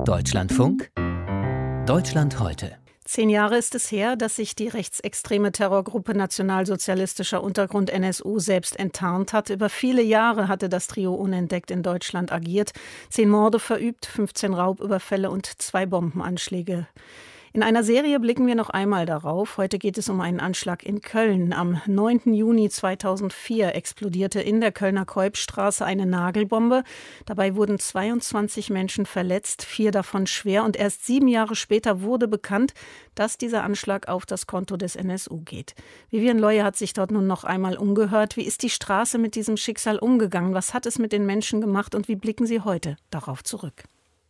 Deutschlandfunk Deutschland heute. 10 Jahre ist es her, dass sich die rechtsextreme Terrorgruppe Nationalsozialistischer Untergrund NSU selbst enttarnt hat. Über viele Jahre hatte das Trio unentdeckt in Deutschland agiert. 10 Morde verübt, 15 Raubüberfälle und 2 Bombenanschläge. In einer Serie blicken wir noch einmal darauf. Heute geht es um einen Anschlag in Köln. Am 9. Juni 2004 explodierte in der Kölner Keupstraße eine Nagelbombe. Dabei wurden 22 Menschen verletzt, 4 davon schwer. Und erst 7 Jahre später wurde bekannt, dass dieser Anschlag auf das Konto des NSU geht. Vivian Leue hat sich dort nun noch einmal umgehört. Wie ist die Straße mit diesem Schicksal umgegangen? Was hat es mit den Menschen gemacht? Und wie blicken Sie heute darauf zurück?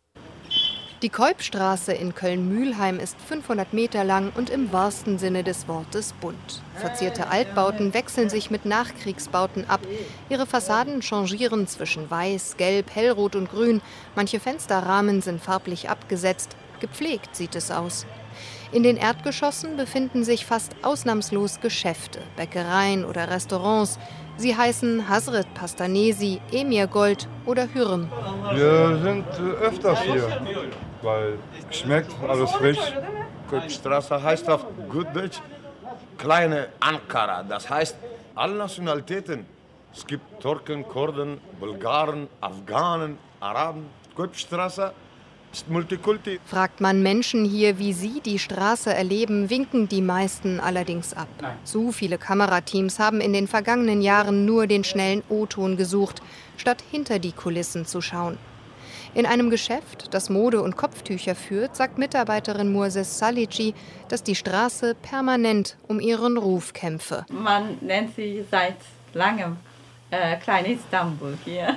Die Keupstraße in Köln-Mühlheim ist 500 Meter lang und im wahrsten Sinne des Wortes bunt. Verzierte Altbauten wechseln sich mit Nachkriegsbauten ab. Ihre Fassaden changieren zwischen Weiß, Gelb, Hellrot und Grün. Manche Fensterrahmen sind farblich abgesetzt. Gepflegt sieht es aus. In den Erdgeschossen befinden sich fast ausnahmslos Geschäfte, Bäckereien oder Restaurants. Sie heißen Hasret Pastanesi, Emir Gold oder Hürrem. Wir sind öfters hier, weil schmeckt alles frisch. Keupstraße heißt auf gut Deutsch kleine Ankara. Das heißt alle Nationalitäten. Es gibt Türken, Kurden, Bulgaren, Afghanen, Araben. Keupstraße ist Multikulti. Fragt man Menschen hier, wie sie die Straße erleben, winken die meisten allerdings ab. Zu viele Kamerateams haben in den vergangenen Jahren nur den schnellen O-Ton gesucht, statt hinter die Kulissen zu schauen. In einem Geschäft, das Mode und Kopftücher führt, sagt Mitarbeiterin Murses Salici, dass die Straße permanent um ihren Ruf kämpfe. Man nennt sie seit langem Klein Istanbul hier.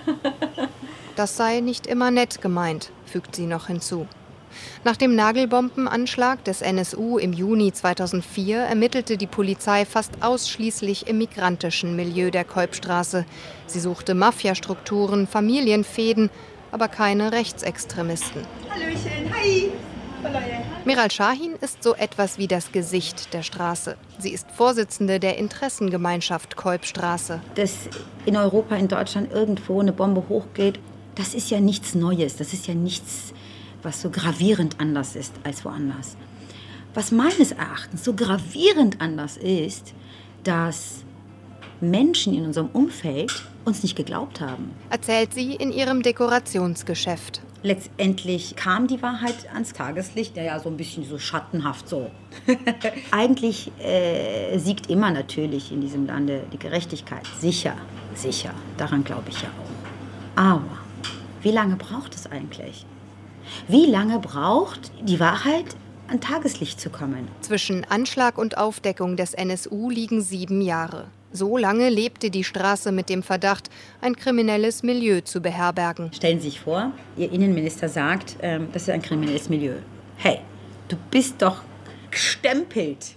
Das sei nicht immer nett gemeint, fügt sie noch hinzu. Nach dem Nagelbombenanschlag des NSU im Juni 2004 ermittelte die Polizei fast ausschließlich im migrantischen Milieu der Keupstraße. Sie suchte Mafiastrukturen, Familienfäden, aber keine Rechtsextremisten. Hallöchen, hi! Meral Şahin ist so etwas wie das Gesicht der Straße. Sie ist Vorsitzende der Interessengemeinschaft Keupstraße. Dass in Europa, in Deutschland irgendwo eine Bombe hochgeht, das ist ja nichts Neues. Das ist ja nichts, was so gravierend anders ist als woanders. Was meines Erachtens so gravierend anders ist, dass Menschen in unserem Umfeld uns nicht geglaubt haben. Erzählt sie in ihrem Dekorationsgeschäft. Letztendlich kam die Wahrheit ans Tageslicht, ja so ein bisschen so schattenhaft so. Eigentlich siegt immer natürlich in diesem Lande die Gerechtigkeit. Sicher, sicher. Daran glaube ich ja auch. Aber wie lange braucht es eigentlich? Wie lange braucht die Wahrheit, an Tageslicht zu kommen? Zwischen Anschlag und Aufdeckung des NSU liegen 7 Jahre. So lange lebte die Straße mit dem Verdacht, ein kriminelles Milieu zu beherbergen. Stellen Sie sich vor, Ihr Innenminister sagt, das ist ein kriminelles Milieu. Hey, du bist doch gestempelt.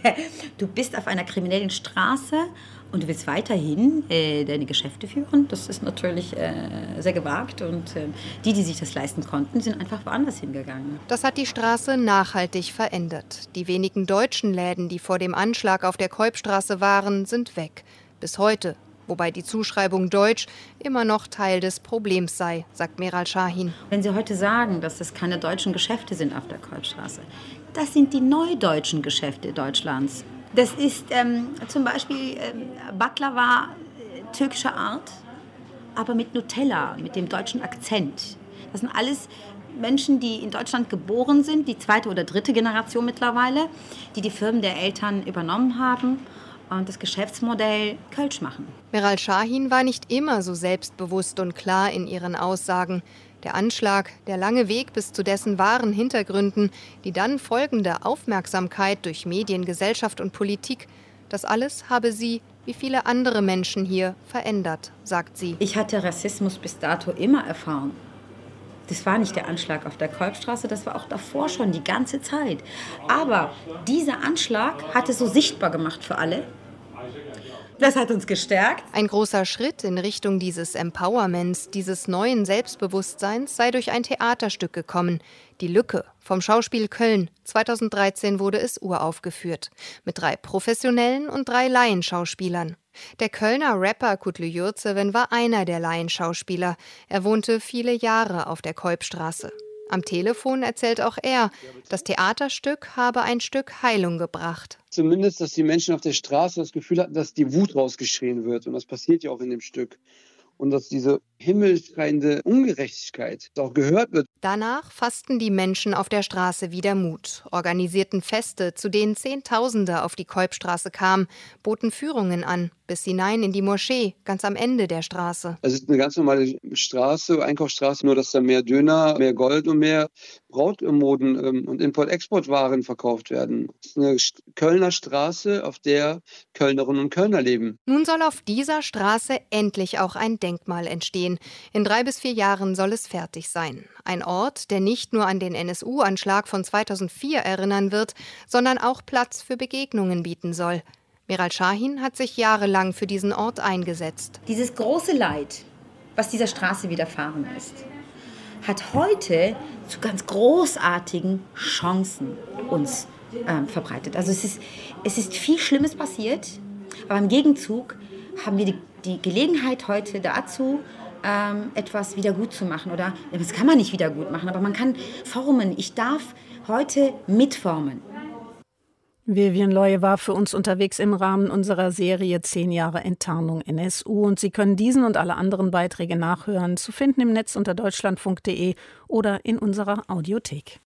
Du bist auf einer kriminellen Straße und du willst weiterhin deine Geschäfte führen. Das ist natürlich sehr gewagt. Und die sich das leisten konnten, sind einfach woanders hingegangen. Das hat die Straße nachhaltig verändert. Die wenigen deutschen Läden, die vor dem Anschlag auf der Keupstraße waren, sind weg. Bis heute. Wobei die Zuschreibung Deutsch immer noch Teil des Problems sei, sagt Meral Şahin. Wenn Sie heute sagen, dass es keine deutschen Geschäfte sind auf der Keupstraße, das sind die neudeutschen Geschäfte Deutschlands. Das ist zum Beispiel Baklava türkischer Art, aber mit Nutella, mit dem deutschen Akzent. Das sind alles Menschen, die in Deutschland geboren sind, die 2. oder 3. Generation mittlerweile, die Firmen der Eltern übernommen haben und das Geschäftsmodell Kölsch machen. Meral Şahin war nicht immer so selbstbewusst und klar in ihren Aussagen. Der Anschlag, der lange Weg bis zu dessen wahren Hintergründen, die dann folgende Aufmerksamkeit durch Medien, Gesellschaft und Politik, das alles habe sie, wie viele andere Menschen hier, verändert, sagt sie. Ich hatte Rassismus bis dato immer erfahren. Das war nicht der Anschlag auf der Keupstraße, das war auch davor schon die ganze Zeit. Aber dieser Anschlag hat es so sichtbar gemacht für alle. Das hat uns gestärkt. Ein großer Schritt in Richtung dieses Empowerments, dieses neuen Selbstbewusstseins sei durch ein Theaterstück gekommen. Die Lücke vom Schauspiel Köln. 2013 wurde es uraufgeführt. Mit 3 professionellen und 3 Laienschauspielern. Der Kölner Rapper Kutlu Yurtseven war einer der Laienschauspieler. Er wohnte viele Jahre auf der Keupstraße. Am Telefon erzählt auch er, das Theaterstück habe ein Stück Heilung gebracht. Zumindest, dass die Menschen auf der Straße das Gefühl hatten, dass die Wut rausgeschrien wird. Und das passiert ja auch in dem Stück. Und dass diese himmelschreiende Ungerechtigkeit auch gehört wird. Danach fassten die Menschen auf der Straße wieder Mut, organisierten Feste, zu denen Zehntausende auf die Keupstraße kamen, boten Führungen an, bis hinein in die Moschee, ganz am Ende der Straße. Es ist eine ganz normale Straße, Einkaufsstraße, nur dass da mehr Döner, mehr Gold und mehr Brautmoden und Import-Export-Waren verkauft werden. Es ist eine Kölner Straße, auf der Kölnerinnen und Kölner leben. Nun soll auf dieser Straße endlich auch ein Denkmal entstehen. In 3 bis 4 Jahren soll es fertig sein. Ein Ort, der nicht nur an den NSU-Anschlag von 2004 erinnern wird, sondern auch Platz für Begegnungen bieten soll. Meral Şahin hat sich jahrelang für diesen Ort eingesetzt. Dieses große Leid, was dieser Straße widerfahren ist, hat heute zu ganz großartigen Chancen uns verbreitet. Also es ist viel Schlimmes passiert, aber im Gegenzug haben wir die Gelegenheit heute dazu, etwas wieder gut zu machen. Oder das kann man nicht wieder gut machen, aber man kann formen. Ich darf heute mitformen. Vivian Loye war für uns unterwegs im Rahmen unserer Serie 10 Jahre Enttarnung NSU. Und Sie können diesen und alle anderen Beiträge nachhören, zu finden im Netz unter deutschlandfunk.de oder in unserer Audiothek.